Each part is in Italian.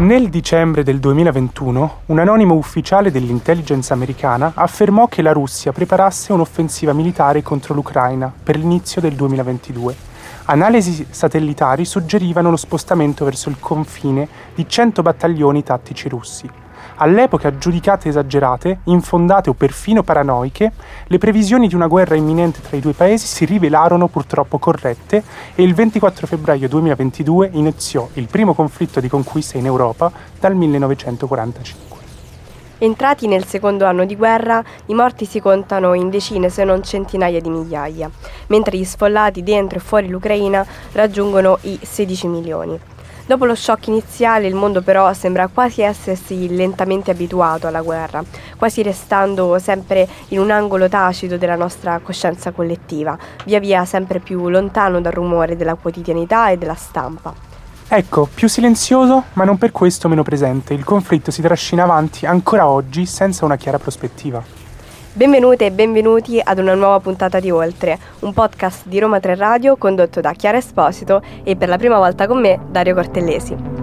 Nel dicembre del 2021, un anonimo ufficiale dell'intelligence americana affermò che la Russia preparasse un'offensiva militare contro l'Ucraina per l'inizio del 2022. Analisi satellitari suggerivano lo spostamento verso il confine di 100 battaglioni tattici russi. All'epoca giudicate esagerate, infondate o perfino paranoiche, le previsioni di una guerra imminente tra i due paesi si rivelarono purtroppo corrette e il 24 febbraio 2022 iniziò il primo conflitto di conquista in Europa dal 1945. Entrati nel secondo anno di guerra, i morti si contano in decine se non centinaia di migliaia, mentre gli sfollati dentro e fuori l'Ucraina raggiungono i 16 milioni. Dopo lo shock iniziale, il mondo però sembra quasi essersi lentamente abituato alla guerra, quasi restando sempre in un angolo tacito della nostra coscienza collettiva, via via sempre più lontano dal rumore della quotidianità e della stampa. Ecco, più silenzioso, ma non per questo meno presente, il conflitto si trascina avanti ancora oggi senza una chiara prospettiva. Benvenute e benvenuti ad una nuova puntata di Oltre, un podcast di Roma 3 Radio condotto da Chiara Esposito e per la prima volta con me, Dario Cortellesi.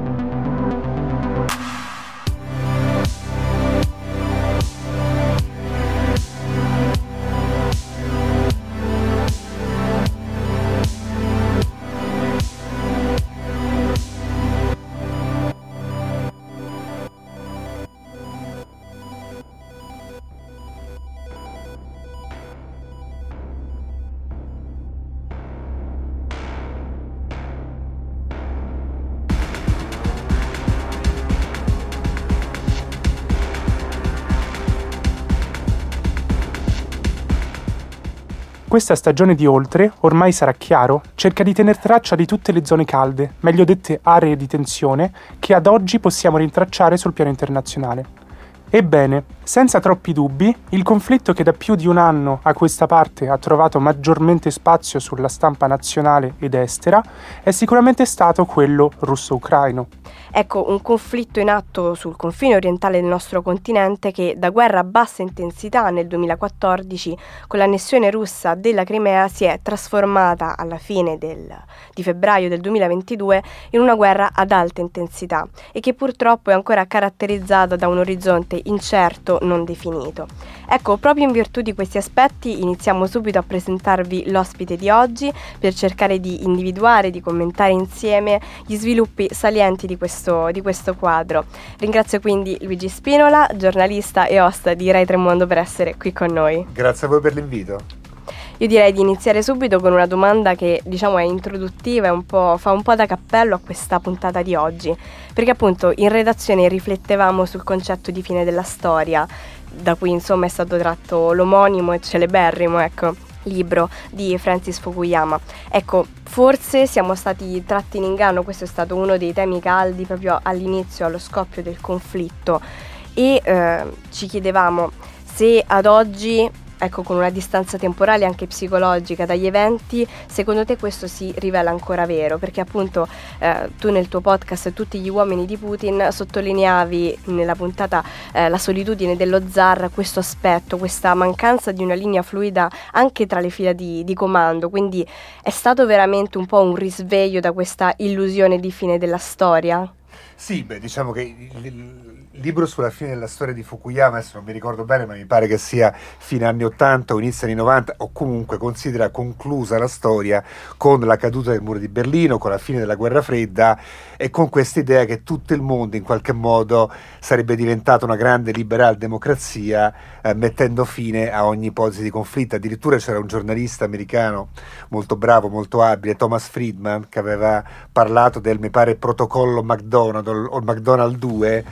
Questa stagione di Oltre, ormai sarà chiaro, cerca di tener traccia di tutte le zone calde, meglio dette aree di tensione, che ad oggi possiamo rintracciare sul piano internazionale. Ebbene, senza troppi dubbi, il conflitto che da più di un anno a questa parte ha trovato maggiormente spazio sulla stampa nazionale ed estera è sicuramente stato quello russo-ucraino. Ecco, un conflitto in atto sul confine orientale del nostro continente che da guerra a bassa intensità nel 2014 con l'annessione russa della Crimea si è trasformata alla fine di febbraio del 2022 in una guerra ad alta intensità e che purtroppo è ancora caratterizzata da un orizzonte incerto, non definito. Ecco, proprio in virtù di questi aspetti iniziamo subito a presentarvi l'ospite di oggi per cercare di individuare, di commentare insieme gli sviluppi salienti di questo quadro. Ringrazio quindi Luigi Spinola, giornalista e host di Rai Tremondo, per essere qui con noi. Grazie a voi per l'invito. Io direi di iniziare subito con una domanda che è introduttiva e fa un po' da cappello a questa puntata di oggi, perché appunto in redazione riflettevamo sul concetto di fine della storia, da cui insomma è stato tratto l'omonimo e celeberrimo, libro di Francis Fukuyama. Ecco, forse siamo stati tratti in inganno, questo è stato uno dei temi caldi proprio all'inizio, allo scoppio del conflitto, e ci chiedevamo se ad oggi, con una distanza temporale anche psicologica dagli eventi, secondo te questo si rivela ancora vero? Perché appunto tu nel tuo podcast Tutti gli uomini di Putin sottolineavi nella puntata la solitudine dello zar, questo aspetto, questa mancanza di una linea fluida anche tra le fila di comando, quindi è stato veramente un po' un risveglio da questa illusione di fine della storia? Sì, diciamo che il libro sulla fine della storia di Fukuyama, adesso non mi ricordo bene, ma mi pare che sia fine anni 80 o inizio anni 90, o comunque considera conclusa la storia con la caduta del muro di Berlino, con la fine della guerra fredda e con questa idea che tutto il mondo in qualche modo sarebbe diventato una grande liberal democrazia, mettendo fine a ogni ipotesi di conflitto. Addirittura c'era un giornalista americano molto bravo, molto abile, Thomas Friedman, che aveva parlato del, mi pare, protocollo McDonald o il McDonald 2,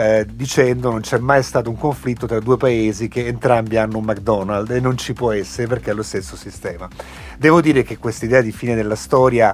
dicendo non c'è mai stato un conflitto tra due paesi che entrambi hanno un McDonald's e non ci può essere perché è lo stesso sistema. Devo dire che questa idea di fine della storia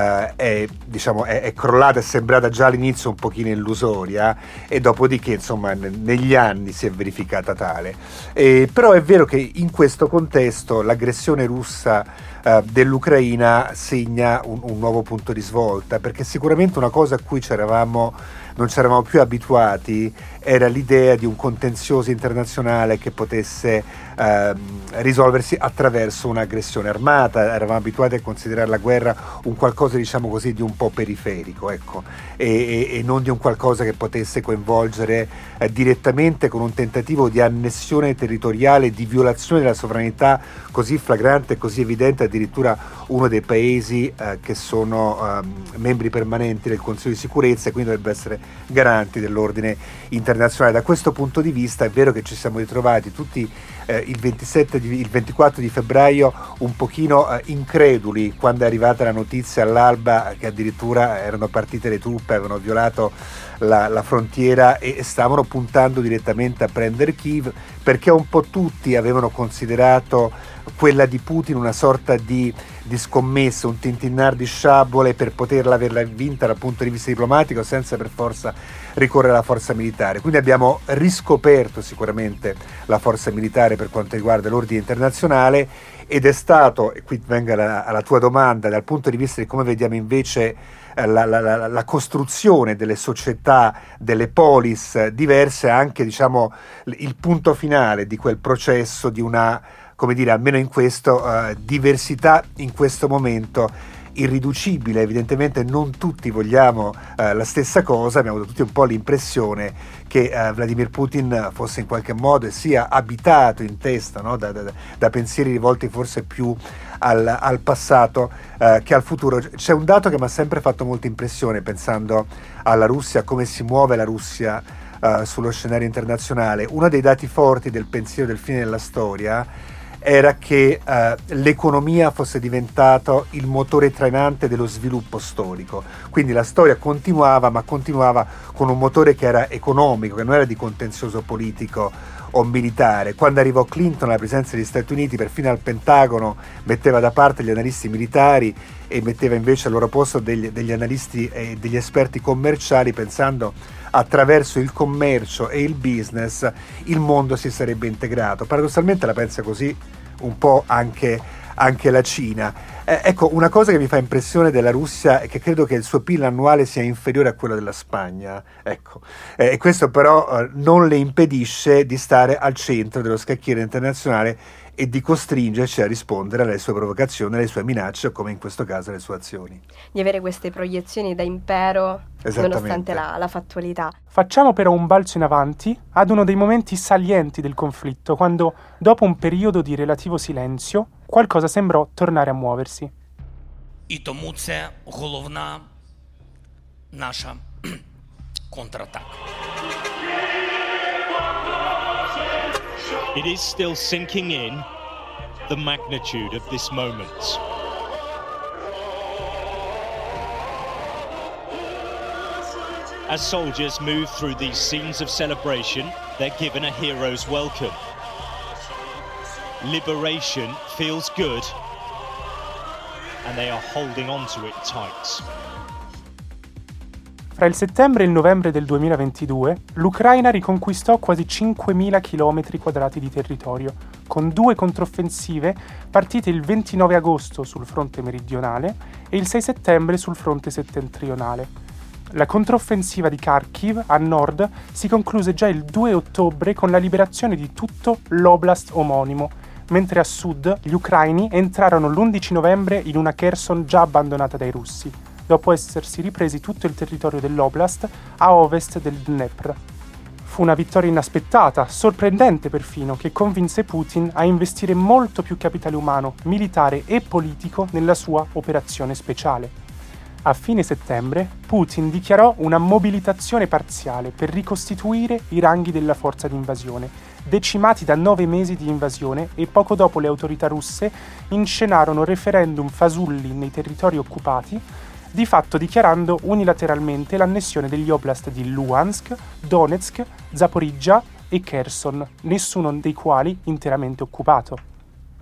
è crollata, è sembrata già all'inizio un pochino illusoria e dopodiché insomma negli anni si è verificata tale. Però è vero che in questo contesto l'aggressione russa dell'Ucraina segna un nuovo punto di svolta, perché sicuramente una cosa a cui non ci eravamo più abituati era l'idea di un contenzioso internazionale che potesse risolversi attraverso un'aggressione armata. Eravamo abituati a considerare la guerra un qualcosa, diciamo così, di un po' periferico, ecco, e non di un qualcosa che potesse coinvolgere direttamente, con un tentativo di annessione territoriale, di violazione della sovranità così flagrante e così evidente, addirittura uno dei paesi che sono membri permanenti del Consiglio di sicurezza e quindi dovrebbe essere garanti dell'ordine internazionale. Da questo punto di vista è vero che ci siamo ritrovati tutti il 24 di febbraio un pochino increduli quando è arrivata la notizia all'alba che addirittura erano partite le truppe, avevano violato la frontiera e stavano puntando direttamente a prendere Kiev, perché un po' tutti avevano considerato quella di Putin una sorta di scommessa, un tintinnar di sciabole per poterla averla vinta dal punto di vista diplomatico senza per forza ricorrere alla forza militare. Quindi abbiamo riscoperto sicuramente la forza militare per quanto riguarda l'ordine internazionale, ed è stato, e qui vengo alla tua domanda, dal punto di vista di come vediamo invece la costruzione delle società, delle polis diverse, anche diciamo il punto finale di quel processo di una, come dire, almeno in questo, diversità in questo momento irriducibile. Evidentemente non tutti vogliamo la stessa cosa, abbiamo avuto tutti un po' l'impressione che Vladimir Putin fosse in qualche modo e sia abitato in testa, no? da pensieri rivolti forse più al passato che al futuro. C'è un dato che mi ha sempre fatto molta impressione pensando alla Russia, come si muove la Russia sullo scenario internazionale. Uno dei dati forti del pensiero del fine della storia era che l'economia fosse diventato il motore trainante dello sviluppo storico. Quindi la storia continuava, ma continuava con un motore che era economico, che non era di contenzioso politico o militare. Quando arrivò Clinton alla presidenza degli Stati Uniti, perfino al Pentagono metteva da parte gli analisti militari e metteva invece al loro posto degli analisti e degli esperti commerciali, pensando attraverso il commercio e il business il mondo si sarebbe integrato. Paradossalmente la pensa così un po' anche la Cina. Ecco, una cosa che mi fa impressione della Russia è che credo che il suo PIL annuale sia inferiore a quello della Spagna, ecco. E questo però non le impedisce di stare al centro dello scacchiere internazionale e di costringerci a rispondere alle sue provocazioni, alle sue minacce o, come in questo caso, alle sue azioni. Di avere queste proiezioni da impero nonostante la fattualità. Facciamo però un balzo in avanti ad uno dei momenti salienti del conflitto, quando, dopo un periodo di relativo silenzio, qualcosa sembrò tornare a muoversi. І тому це головна наша контратака. It is still sinking in the magnitude of this moment. As soldiers move through these scenes of celebration, they're given a hero's welcome. Liberation feels good, and they are holding on to it tight. Fra il settembre e il novembre del 2022, l'Ucraina riconquistò quasi 5.000 km² di territorio, con 2 controffensive partite il 29 agosto sul fronte meridionale e il 6 settembre sul fronte settentrionale. La controffensiva di Kharkiv, a nord, si concluse già il 2 ottobre con la liberazione di tutto l'oblast omonimo, mentre a sud gli ucraini entrarono l'11 novembre in una Kherson già abbandonata dai russi, dopo essersi ripresi tutto il territorio dell'oblast a ovest del Dnepr. Fu una vittoria inaspettata, sorprendente perfino, che convinse Putin a investire molto più capitale umano, militare e politico nella sua operazione speciale. A fine settembre, Putin dichiarò una mobilitazione parziale per ricostituire i ranghi della forza d'invasione, decimati da 9 mesi di invasione, e poco dopo le autorità russe inscenarono referendum fasulli nei territori occupati, di fatto dichiarando unilateralmente l'annessione degli oblast di Luhansk, Donetsk, Zaporizhzhia e Kherson, nessuno dei quali interamente occupato.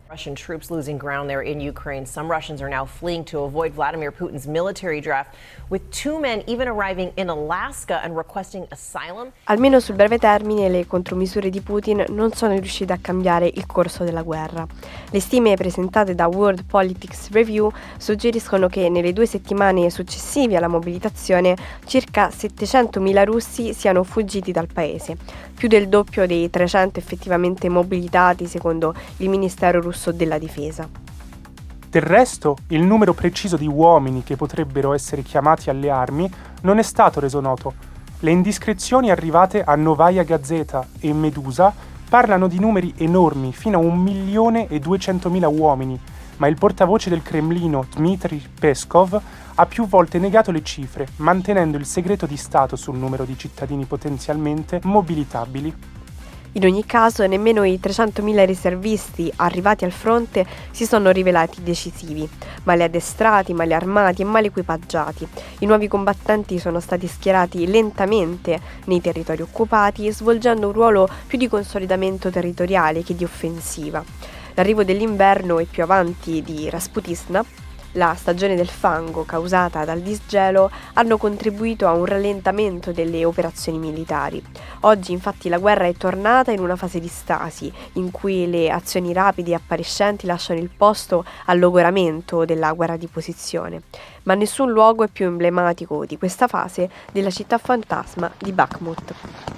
Russian troops losing ground there in Ukraine. Some Russians are now fleeing to avoid Vladimir Putin's military draft, with 2 men even arriving in Alaska and requesting asylum. Almeno sul breve termine le contromisure di Putin non sono riuscite a cambiare il corso della guerra. Le stime presentate da World Politics Review suggeriscono che nelle 2 settimane successive alla mobilitazione circa 700.000 russi siano fuggiti dal paese, più del doppio dei 300 effettivamente mobilitati secondo il Ministero russo della difesa. Del resto, il numero preciso di uomini che potrebbero essere chiamati alle armi non è stato reso noto. Le indiscrezioni arrivate a Novaya Gazeta e Medusa parlano di numeri enormi, fino a 1.200.000 uomini, ma il portavoce del Cremlino, Dmitry Peskov, ha più volte negato le cifre, mantenendo il segreto di Stato sul numero di cittadini potenzialmente mobilitabili. In ogni caso, nemmeno i 300.000 riservisti arrivati al fronte si sono rivelati decisivi. Male addestrati, male armati e male equipaggiati, i nuovi combattenti sono stati schierati lentamente nei territori occupati, svolgendo un ruolo più di consolidamento territoriale che di offensiva. L'arrivo dell'inverno e più avanti di Rasputisna, la stagione del fango causata dal disgelo, hanno contribuito a un rallentamento delle operazioni militari. Oggi infatti la guerra è tornata in una fase di stasi, in cui le azioni rapide e appariscenti lasciano il posto al logoramento della guerra di posizione. Ma nessun luogo è più emblematico di questa fase della città fantasma di Bakhmut.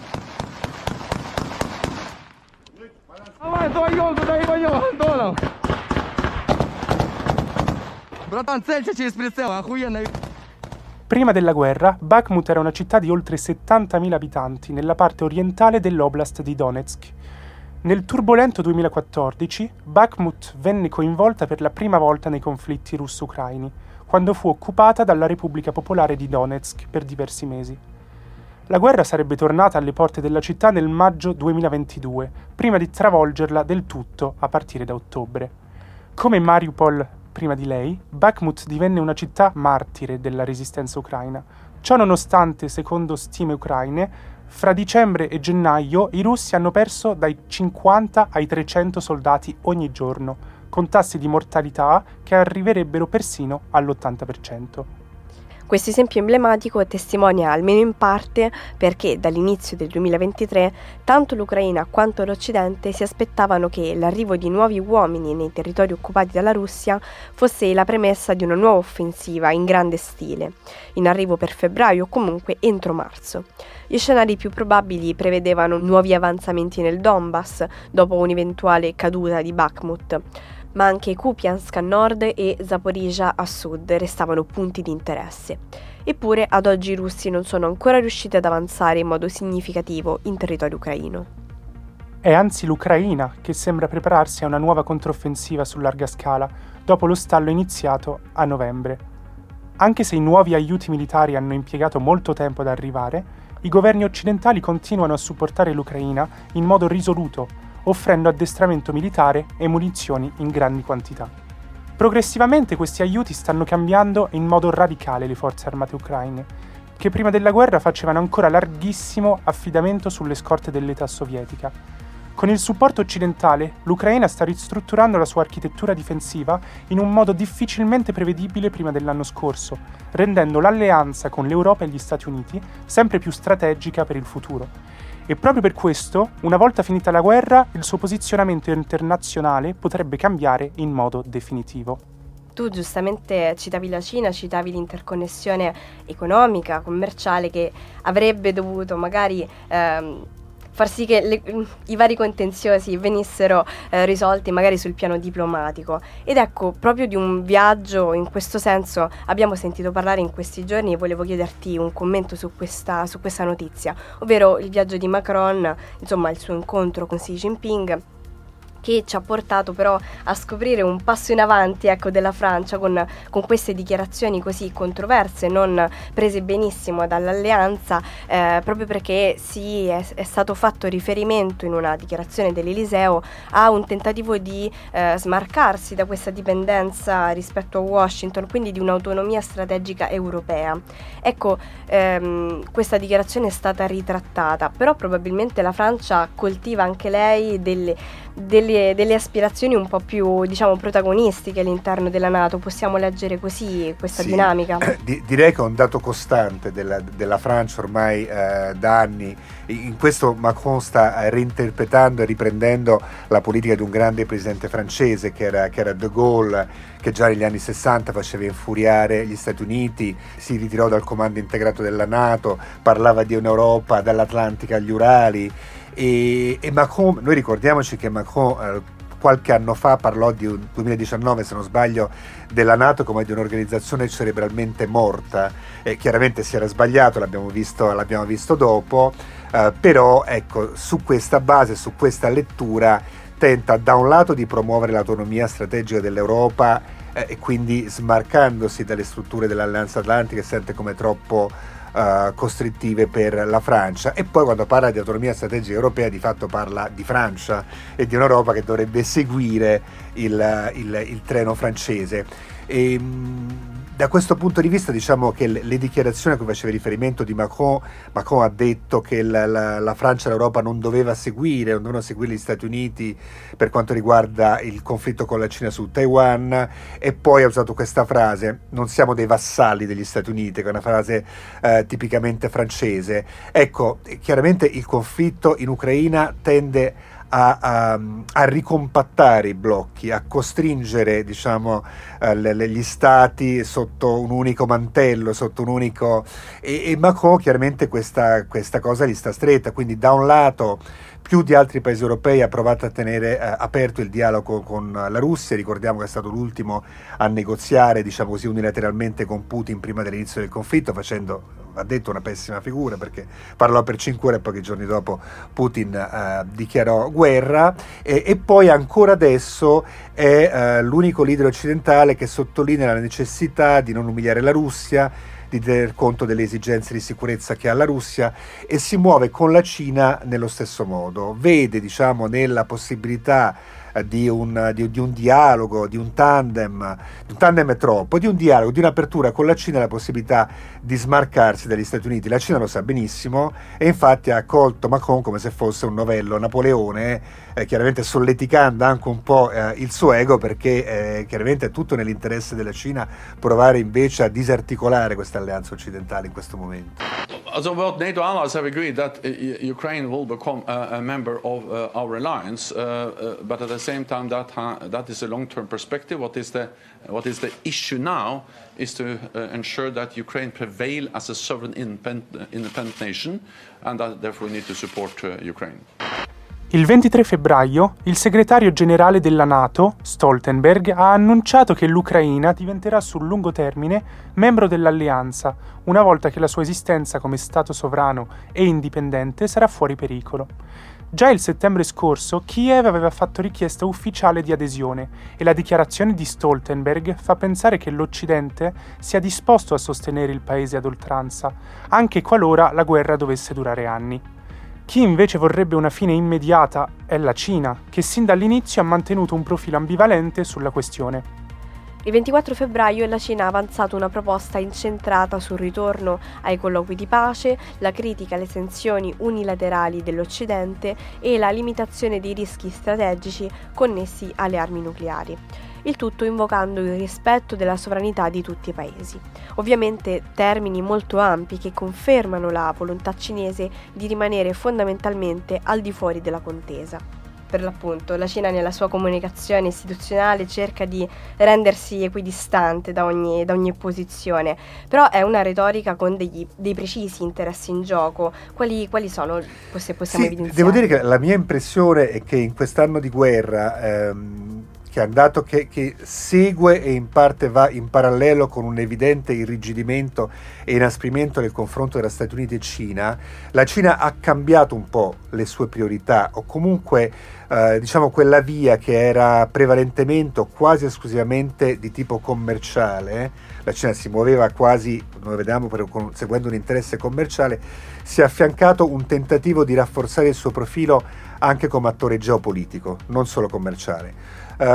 Prima della guerra, Bakhmut era una città di oltre 70.000 abitanti nella parte orientale dell'oblast di Donetsk. Nel turbolento 2014, Bakhmut venne coinvolta per la prima volta nei conflitti russo-ucraini, quando fu occupata dalla Repubblica Popolare di Donetsk per diversi mesi. La guerra sarebbe tornata alle porte della città nel maggio 2022, prima di travolgerla del tutto a partire da ottobre. Come Mariupol prima di lei, Bakhmut divenne una città martire della resistenza ucraina. Ciò nonostante, secondo stime ucraine, fra dicembre e gennaio i russi hanno perso dai 50 ai 300 soldati ogni giorno, con tassi di mortalità che arriverebbero persino all'80%. Questo esempio emblematico testimonia almeno in parte perché dall'inizio del 2023 tanto l'Ucraina quanto l'Occidente si aspettavano che l'arrivo di nuovi uomini nei territori occupati dalla Russia fosse la premessa di una nuova offensiva in grande stile, in arrivo per febbraio o comunque entro marzo. Gli scenari più probabili prevedevano nuovi avanzamenti nel Donbass dopo un'eventuale caduta di Bakhmut, ma anche Kupiansk a nord e Zaporizhzhia a sud restavano punti di interesse. Eppure ad oggi i russi non sono ancora riusciti ad avanzare in modo significativo in territorio ucraino. È anzi l'Ucraina che sembra prepararsi a una nuova controffensiva su larga scala, dopo lo stallo iniziato a novembre. Anche se i nuovi aiuti militari hanno impiegato molto tempo ad arrivare, i governi occidentali continuano a supportare l'Ucraina in modo risoluto, offrendo addestramento militare e munizioni in grandi quantità. Progressivamente questi aiuti stanno cambiando in modo radicale le forze armate ucraine, che prima della guerra facevano ancora larghissimo affidamento sulle scorte dell'età sovietica. Con il supporto occidentale, l'Ucraina sta ristrutturando la sua architettura difensiva in un modo difficilmente prevedibile prima dell'anno scorso, rendendo l'alleanza con l'Europa e gli Stati Uniti sempre più strategica per il futuro. E proprio per questo, una volta finita la guerra, il suo posizionamento internazionale potrebbe cambiare in modo definitivo. Tu giustamente citavi la Cina, citavi l'interconnessione economica, commerciale che avrebbe dovuto magari far sì che i vari contenziosi venissero risolti magari sul piano diplomatico. Ed ecco, proprio di un viaggio in questo senso abbiamo sentito parlare in questi giorni e volevo chiederti un commento su questa notizia, ovvero il viaggio di Macron, insomma il suo incontro con Xi Jinping, che ci ha portato però a scoprire un passo in avanti, ecco, della Francia con queste dichiarazioni così controverse, non prese benissimo dall'alleanza, proprio perché è stato fatto riferimento in una dichiarazione dell'Eliseo a un tentativo di smarcarsi da questa dipendenza rispetto a Washington, quindi di un'autonomia strategica europea. Ecco, questa dichiarazione è stata ritrattata, però probabilmente la Francia coltiva anche lei delle aspirazioni un po' più, diciamo, protagonistiche all'interno della NATO. Possiamo leggere così questa dinamica? Direi che è un dato costante della Francia ormai da anni. In questo Macron sta reinterpretando e riprendendo la politica di un grande presidente francese che era De Gaulle, che già negli anni 60 faceva infuriare gli Stati Uniti, si ritirò dal comando integrato della NATO, parlava di un'Europa dall'Atlantica agli Urali. E Macron, noi ricordiamoci che Macron qualche anno fa parlò di 2019, se non sbaglio, della NATO come di un'organizzazione cerebralmente morta. Chiaramente si era sbagliato, l'abbiamo visto dopo, però ecco, su questa base, su questa lettura, tenta da un lato di promuovere l'autonomia strategica dell'Europa e quindi smarcandosi dalle strutture dell'Alleanza Atlantica, che sente come troppo costrittive per la Francia, e poi quando parla di autonomia strategica europea di fatto parla di Francia e di un'Europa che dovrebbe seguire il treno francese. Da questo punto di vista diciamo che le dichiarazioni a cui faceva riferimento di Macron ha detto che la Francia e l'Europa non dovevano seguire gli Stati Uniti per quanto riguarda il conflitto con la Cina su Taiwan, e poi ha usato questa frase: non siamo dei vassalli degli Stati Uniti, che è una frase tipicamente francese. Ecco, chiaramente il conflitto in Ucraina tende a ricompattare i blocchi, a costringere, diciamo, gli stati sotto un unico mantello, sotto un unico, e Macron chiaramente questa cosa gli sta stretta. Quindi da un lato più di altri paesi europei ha provato a tenere aperto il dialogo con la Russia. Ricordiamo che è stato l'ultimo a negoziare, diciamo così, unilateralmente con Putin prima dell'inizio del conflitto, facendo, ha detto, una pessima figura, perché parlò per 5 ore e pochi giorni dopo Putin dichiarò guerra, e poi ancora adesso è l'unico leader occidentale che sottolinea la necessità di non umiliare la Russia, di tener conto delle esigenze di sicurezza che ha la Russia, e si muove con la Cina nello stesso modo. Vede, diciamo, nella possibilità di un dialogo, di un tandem è troppo, di un dialogo, di un'apertura con la Cina, la possibilità di smarcarsi dagli Stati Uniti. La Cina lo sa benissimo e infatti ha accolto Macron come se fosse un novello Napoleone, chiaramente solleticando anche un po' il suo ego, perché chiaramente è tutto nell'interesse della Cina provare invece a disarticolare questa alleanza occidentale in questo momento. So both NATO allies have agreed that Ukraine will become a member of our alliance, but at the same time that is a long-term perspective. What is the issue now is to ensure that Ukraine prevail as a sovereign independent nation, and that therefore we need to support Ukraine. Il 23 febbraio il segretario generale della NATO, Stoltenberg, ha annunciato che l'Ucraina diventerà sul lungo termine membro dell'alleanza, una volta che la sua esistenza come Stato sovrano e indipendente sarà fuori pericolo. Già il settembre scorso Kiev aveva fatto richiesta ufficiale di adesione e la dichiarazione di Stoltenberg fa pensare che l'Occidente sia disposto a sostenere il paese ad oltranza, anche qualora la guerra dovesse durare anni. Chi invece vorrebbe una fine immediata è la Cina, che sin dall'inizio ha mantenuto un profilo ambivalente sulla questione. Il 24 febbraio la Cina ha avanzato una proposta incentrata sul ritorno ai colloqui di pace, la critica alle sanzioni unilaterali dell'Occidente e la limitazione dei rischi strategici connessi alle armi nucleari. Il tutto invocando il rispetto della sovranità di tutti i paesi. Ovviamente termini molto ampi che confermano la volontà cinese di rimanere fondamentalmente al di fuori della contesa. Per l'appunto, la Cina nella sua comunicazione istituzionale cerca di rendersi equidistante da ogni posizione, però è una retorica con dei precisi interessi in gioco. Quali sono, se possiamo evidenziare? Devo dire che la mia impressione è che in quest'anno di guerra che è andato, che segue e in parte va in parallelo con un evidente irrigidimento e inasprimento nel confronto tra Stati Uniti e Cina, la Cina ha cambiato un po' le sue priorità, o comunque diciamo quella via che era prevalentemente o quasi esclusivamente di tipo commerciale. La Cina si muoveva quasi, noi vediamo, seguendo un interesse commerciale, si è affiancato un tentativo di rafforzare il suo profilo anche come attore geopolitico, non solo commerciale.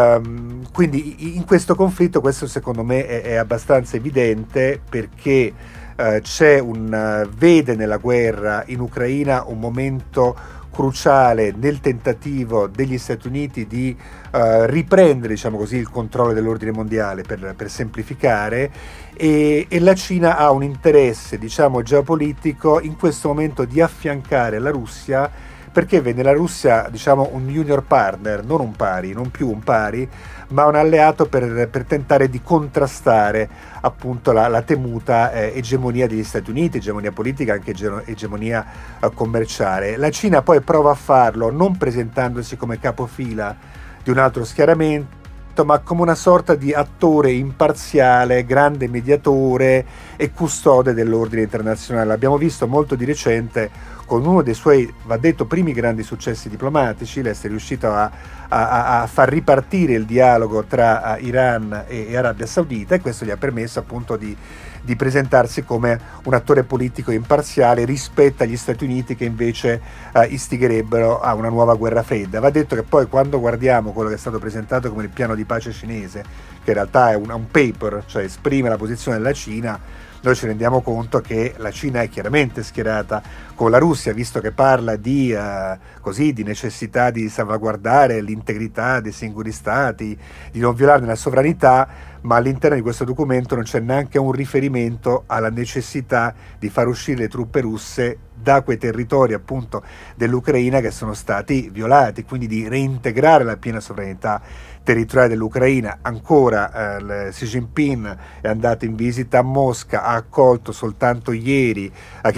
Quindi in questo conflitto questo secondo me è abbastanza evidente, perché vede nella guerra in Ucraina un momento cruciale nel tentativo degli Stati Uniti di riprendere, diciamo così, il controllo dell'ordine mondiale, per semplificare, e la Cina ha un interesse, diciamo, geopolitico in questo momento di affiancare la Russia, perché vede la Russia, diciamo, un junior partner, non un pari, non più un pari, ma un alleato per tentare di contrastare appunto la temuta egemonia degli Stati Uniti, egemonia politica, anche egemonia commerciale. La Cina poi prova a farlo non presentandosi come capofila di un altro schieramento, ma come una sorta di attore imparziale, grande mediatore e custode dell'ordine internazionale. L'abbiamo visto molto di recente con uno dei suoi, va detto, primi grandi successi diplomatici. Lei è riuscito a far ripartire il dialogo tra Iran e Arabia Saudita, e questo gli ha permesso appunto di presentarsi come un attore politico imparziale rispetto agli Stati Uniti, che invece istigherebbero a una nuova guerra fredda. Va detto che poi, quando guardiamo quello che è stato presentato come il piano di pace cinese, che in realtà è un paper, cioè esprime la posizione della Cina, noi ci rendiamo conto che la Cina è chiaramente schierata con la Russia, visto che parla di necessità di salvaguardare l'integrità dei singoli stati, di non violarne la sovranità, ma all'interno di questo documento non c'è neanche un riferimento alla necessità di far uscire le truppe russe da quei territori appunto dell'Ucraina che sono stati violati, quindi di reintegrare la piena sovranità territoriale dell'Ucraina. Ancora Xi Jinping è andato in visita a Mosca, ha mandato soltanto ieri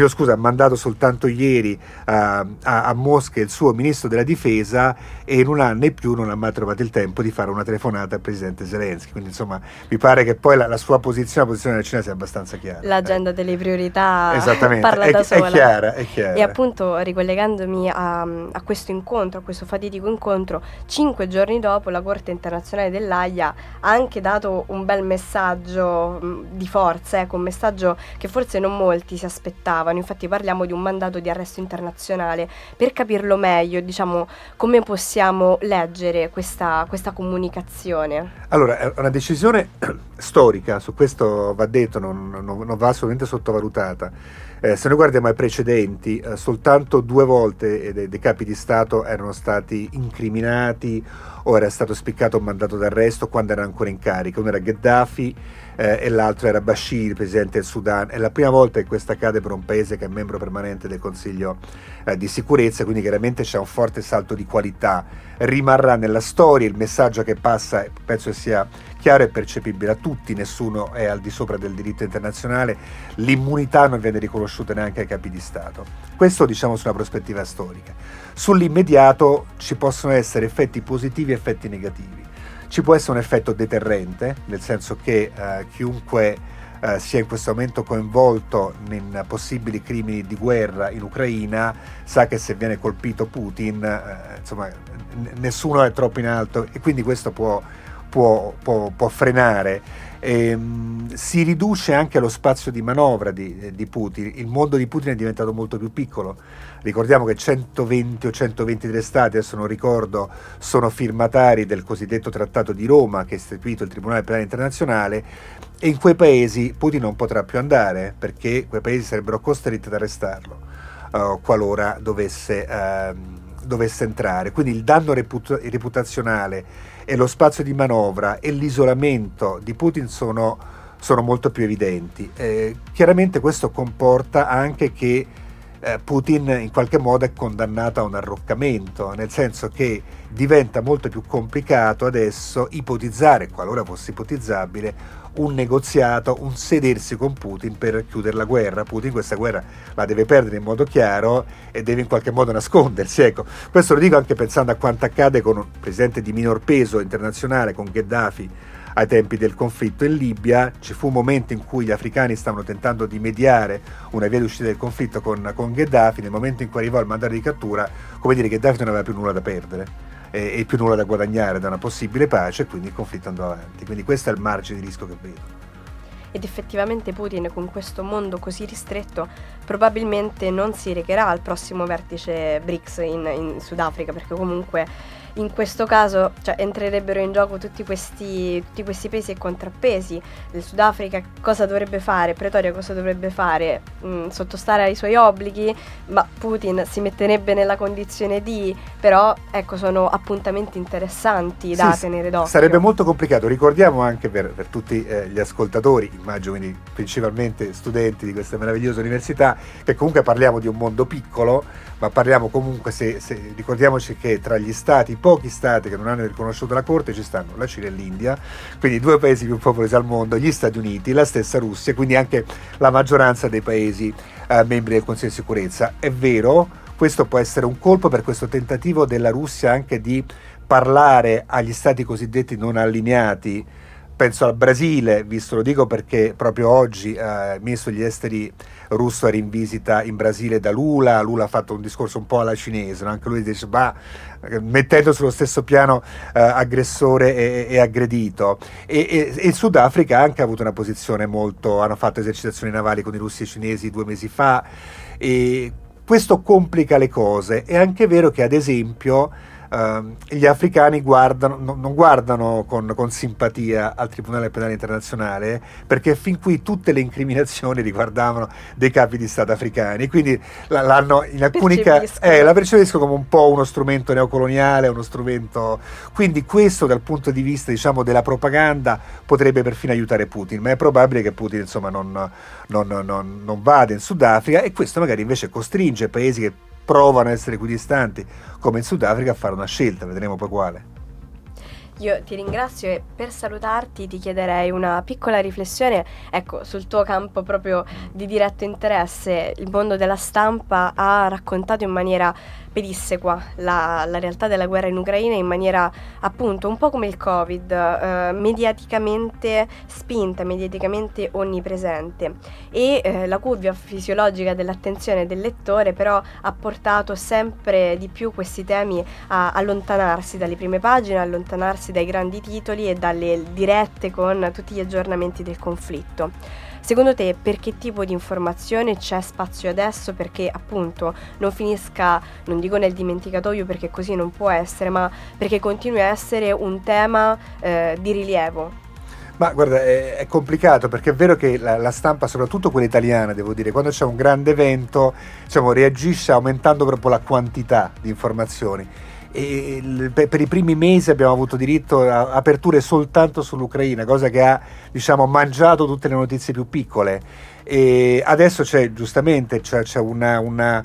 a Mosca il suo ministro della difesa, e in un anno e più non ha mai trovato il tempo di fare una telefonata al presidente Zelensky. Quindi insomma mi pare che poi la sua posizione, la posizione della Cina, sia abbastanza chiara. L'agenda delle priorità è parla da sola. È chiara. E appunto, ricollegandomi a questo incontro, a questo fatidico incontro, 5 giorni dopo la Corte internazionale dell'Aia ha anche dato un bel messaggio di forza, un messaggio che forse non molti si aspettavano. Infatti parliamo di un mandato di arresto internazionale. Per capirlo meglio, diciamo, come possiamo leggere questa comunicazione? Allora, è una decisione storica, su questo va detto, non va assolutamente sottovalutata. Se noi guardiamo ai precedenti, soltanto 2 volte dei capi di Stato erano stati incriminati o era stato spiccato un mandato d'arresto quando erano ancora in carica. Uno era Gheddafi e l'altro era Bashir, presidente del Sudan. È la prima volta che questo accade per un paese che è membro permanente del Consiglio di sicurezza, quindi chiaramente c'è un forte salto di qualità. Rimarrà nella storia, il messaggio che passa penso che sia chiaro e percepibile a tutti: nessuno è al di sopra del diritto internazionale, l'immunità non viene riconosciuta neanche ai capi di Stato. Questo, diciamo, sulla prospettiva storica. Sull'immediato ci possono essere effetti positivi e effetti negativi. Ci può essere un effetto deterrente, nel senso che chiunque sia in questo momento coinvolto in possibili crimini di guerra in Ucraina sa che se viene colpito Putin, insomma, nessuno è troppo in alto, e quindi questo può frenare. Si riduce anche lo spazio di manovra di Putin. Il mondo di Putin è diventato molto più piccolo. Ricordiamo che 120 o 123 stati, adesso non ricordo, sono firmatari del cosiddetto Trattato di Roma, che ha istituito il Tribunale Penale Internazionale, e in quei paesi Putin non potrà più andare, perché quei paesi sarebbero costretti ad arrestarlo qualora dovesse entrare. Quindi il danno reputazionale e lo spazio di manovra e l'isolamento di Putin sono molto più evidenti. Chiaramente questo comporta anche che Putin in qualche modo è condannato a un arroccamento, nel senso che diventa molto più complicato adesso ipotizzare, qualora fosse ipotizzabile, un negoziato, un sedersi con Putin per chiudere la guerra. Putin questa guerra la deve perdere in modo chiaro e deve in qualche modo nascondersi. Ecco, questo lo dico anche pensando a quanto accade con un presidente di minor peso internazionale, con Gheddafi, ai tempi del conflitto in Libia. Ci fu un momento in cui gli africani stavano tentando di mediare una via d'uscita del conflitto con Gheddafi. Nel momento in cui arrivò il mandato di cattura, come dire, Gheddafi non aveva più nulla da perdere e più nulla da guadagnare da una possibile pace, e quindi il conflitto andò avanti. Quindi questo è il margine di rischio che vedo. Ed effettivamente Putin, con questo mondo così ristretto, probabilmente non si recherà al prossimo vertice BRICS in Sudafrica, perché comunque in questo caso entrerebbero in gioco tutti questi pesi e contrappesi. Il Sudafrica cosa dovrebbe fare? Pretoria cosa dovrebbe fare? Sottostare ai suoi obblighi, ma Putin si metterebbe nella condizione di, però ecco, sono appuntamenti interessanti da tenere d'occhio. Sarebbe molto complicato, ricordiamo anche per tutti gli ascoltatori, immagino quindi principalmente studenti di queste meravigliose università, che comunque parliamo di un mondo piccolo, ma parliamo comunque, se ricordiamoci che tra gli stati, pochi stati che non hanno riconosciuto la Corte, ci stanno la Cina e l'India, quindi 2 paesi più popolosi al mondo, gli Stati Uniti, la stessa Russia, quindi anche la maggioranza dei paesi membri del Consiglio di sicurezza. È vero, questo può essere un colpo per questo tentativo della Russia anche di parlare agli stati cosiddetti non allineati. Penso al Brasile, visto, lo dico perché proprio oggi il ministro degli esteri russo era in visita in Brasile da Lula ha fatto un discorso un po' alla cinese, no? Anche lui dice, mettendo sullo stesso piano aggressore e aggredito. E il Sudafrica ha anche avuto una posizione hanno fatto esercitazioni navali con i russi e i cinesi 2 mesi fa, e questo complica le cose. È anche vero che ad esempio gli africani non guardano con simpatia al Tribunale Penale Internazionale, perché fin qui tutte le incriminazioni riguardavano dei capi di Stato africani, quindi l'hanno in alcuni casi la percepiscono come un po' uno strumento neocoloniale, quindi questo dal punto di vista, diciamo, della propaganda potrebbe perfino aiutare Putin, ma è probabile che Putin, insomma, non vada in Sudafrica, e questo magari invece costringe paesi che provano a essere equidistanti come in Sudafrica a fare una scelta, vedremo poi quale. Io ti ringrazio, e per salutarti ti chiederei una piccola riflessione, ecco, sul tuo campo proprio di diretto interesse. Il mondo della stampa ha raccontato in maniera pedissequa la realtà della guerra in Ucraina, in maniera appunto un po' come il Covid, mediaticamente spinta, mediaticamente onnipresente, e la curva fisiologica dell'attenzione del lettore però ha portato sempre di più questi temi a allontanarsi dalle prime pagine, allontanarsi dai grandi titoli e dalle dirette con tutti gli aggiornamenti del conflitto. Secondo te, per che tipo di informazione c'è spazio adesso perché appunto non finisca, non dico nel dimenticatoio perché così non può essere, ma perché continui a essere un tema di rilievo? Ma guarda, è complicato, perché è vero che la stampa, soprattutto quella italiana, devo dire, quando c'è un grande evento, diciamo, reagisce aumentando proprio la quantità di informazioni. E per i primi mesi abbiamo avuto diritto a aperture soltanto sull'Ucraina, cosa che ha, diciamo, mangiato tutte le notizie più piccole, e adesso c'è un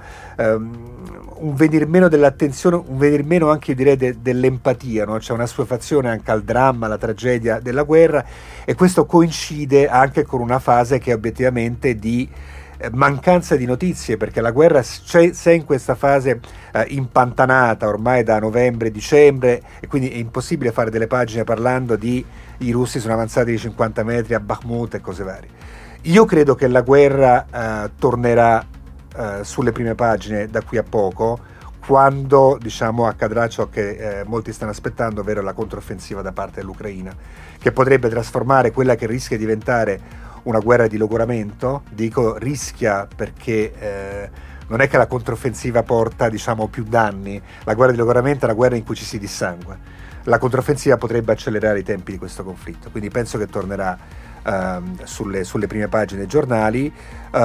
venir meno dell'attenzione, un venir meno anche, io direi, dell'empatia, no? C'è una assuefazione anche al dramma, alla tragedia della guerra, e questo coincide anche con una fase che è obiettivamente di mancanza di notizie, perché la guerra c'è in questa fase impantanata ormai da novembre-dicembre, e quindi è impossibile fare delle pagine parlando di i russi sono avanzati di 50 metri a Bakhmut e cose varie. Io credo che la guerra tornerà sulle prime pagine da qui a poco, quando, diciamo, accadrà ciò che molti stanno aspettando, ovvero la controffensiva da parte dell'Ucraina, che potrebbe trasformare quella che rischia di diventare una guerra di logoramento. Dico rischia perché non è che la controffensiva porta, diciamo, più danni. La guerra di logoramento è una guerra in cui ci si dissangua. La controffensiva potrebbe accelerare i tempi di questo conflitto, quindi penso che tornerà sulle prime pagine dei giornali.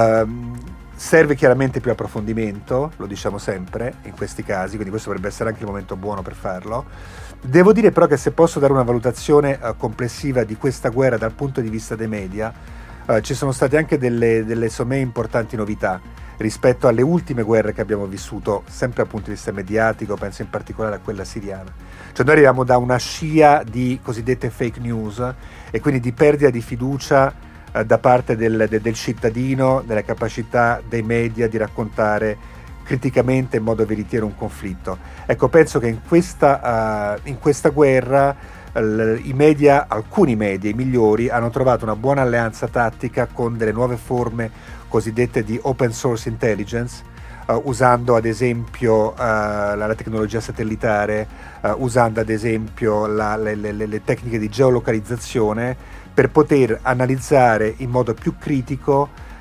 Serve chiaramente più approfondimento, lo diciamo sempre in questi casi, quindi questo potrebbe essere anche il momento buono per farlo. Devo dire però che, se posso dare una valutazione complessiva di questa guerra dal punto di vista dei media, ci sono state anche delle secondo me importanti novità rispetto alle ultime guerre che abbiamo vissuto, sempre dal punto di vista mediatico, penso in particolare a quella siriana. Cioè noi arriviamo da una scia di cosiddette fake news, e quindi di perdita di fiducia da parte del cittadino, della capacità dei media di raccontare criticamente in modo veritiero un conflitto. Ecco, penso che in questa guerra i media, alcuni media, i migliori, hanno trovato una buona alleanza tattica con delle nuove forme cosiddette di open source intelligence, usando ad esempio la tecnologia satellitare, usando ad esempio le tecniche di geolocalizzazione, per poter analizzare in modo più critico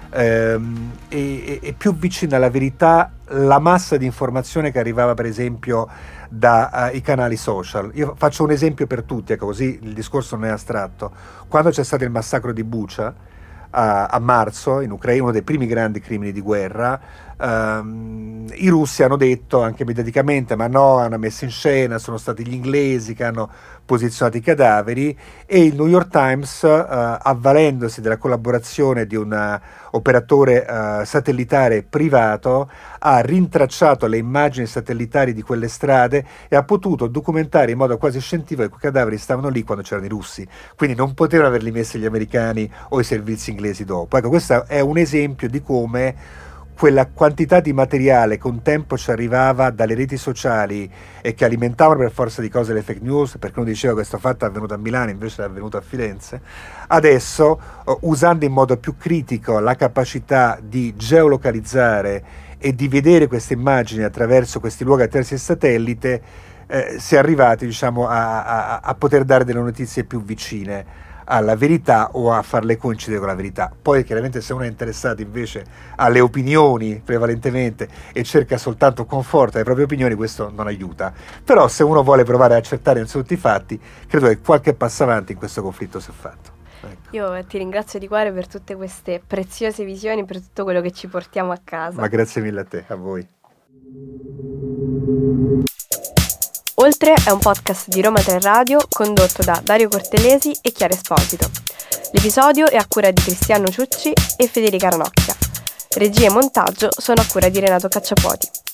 e più vicina alla verità la massa di informazione che arrivava per esempio dai canali social. Io faccio un esempio per tutti, ecco, così il discorso non è astratto. Quando c'è stato il massacro di Bucha a marzo in Ucraina, uno dei primi grandi crimini di guerra, i russi hanno detto anche mediaticamente ma no, hanno messo in scena, sono stati gli inglesi che hanno posizionato i cadaveri, e il New York Times, avvalendosi della collaborazione di un operatore satellitare privato, ha rintracciato le immagini satellitari di quelle strade e ha potuto documentare in modo quasi scientifico che quei cadaveri stavano lì quando c'erano i russi, quindi non potevano averli messi gli americani o i servizi inglesi dopo. Ecco, questo è un esempio di come quella quantità di materiale che un tempo ci arrivava dalle reti sociali e che alimentavano per forza di cose le fake news, perché uno diceva che questo fatto è avvenuto a Milano invece è avvenuto a Firenze, adesso usando in modo più critico la capacità di geolocalizzare e di vedere queste immagini attraverso questi luoghi attraverso il satellite, si è arrivati, diciamo, a poter dare delle notizie più vicine alla verità o a farle coincidere con la verità. Poi chiaramente se uno è interessato invece alle opinioni prevalentemente e cerca soltanto conforto alle proprie opinioni, questo non aiuta. Però se uno vuole provare a accertare tutti i fatti, credo che qualche passo avanti in questo conflitto si è fatto. Ecco. Io ti ringrazio di cuore per tutte queste preziose visioni, per tutto quello che ci portiamo a casa. Ma grazie mille a te, a voi. Oltre è un podcast di Roma 3 Radio condotto da Dario Cortelesi e Chiara Esposito. L'episodio è a cura di Cristiano Ciucci e Federica Ranocchia. Regia e montaggio sono a cura di Renato Cacciapuoti.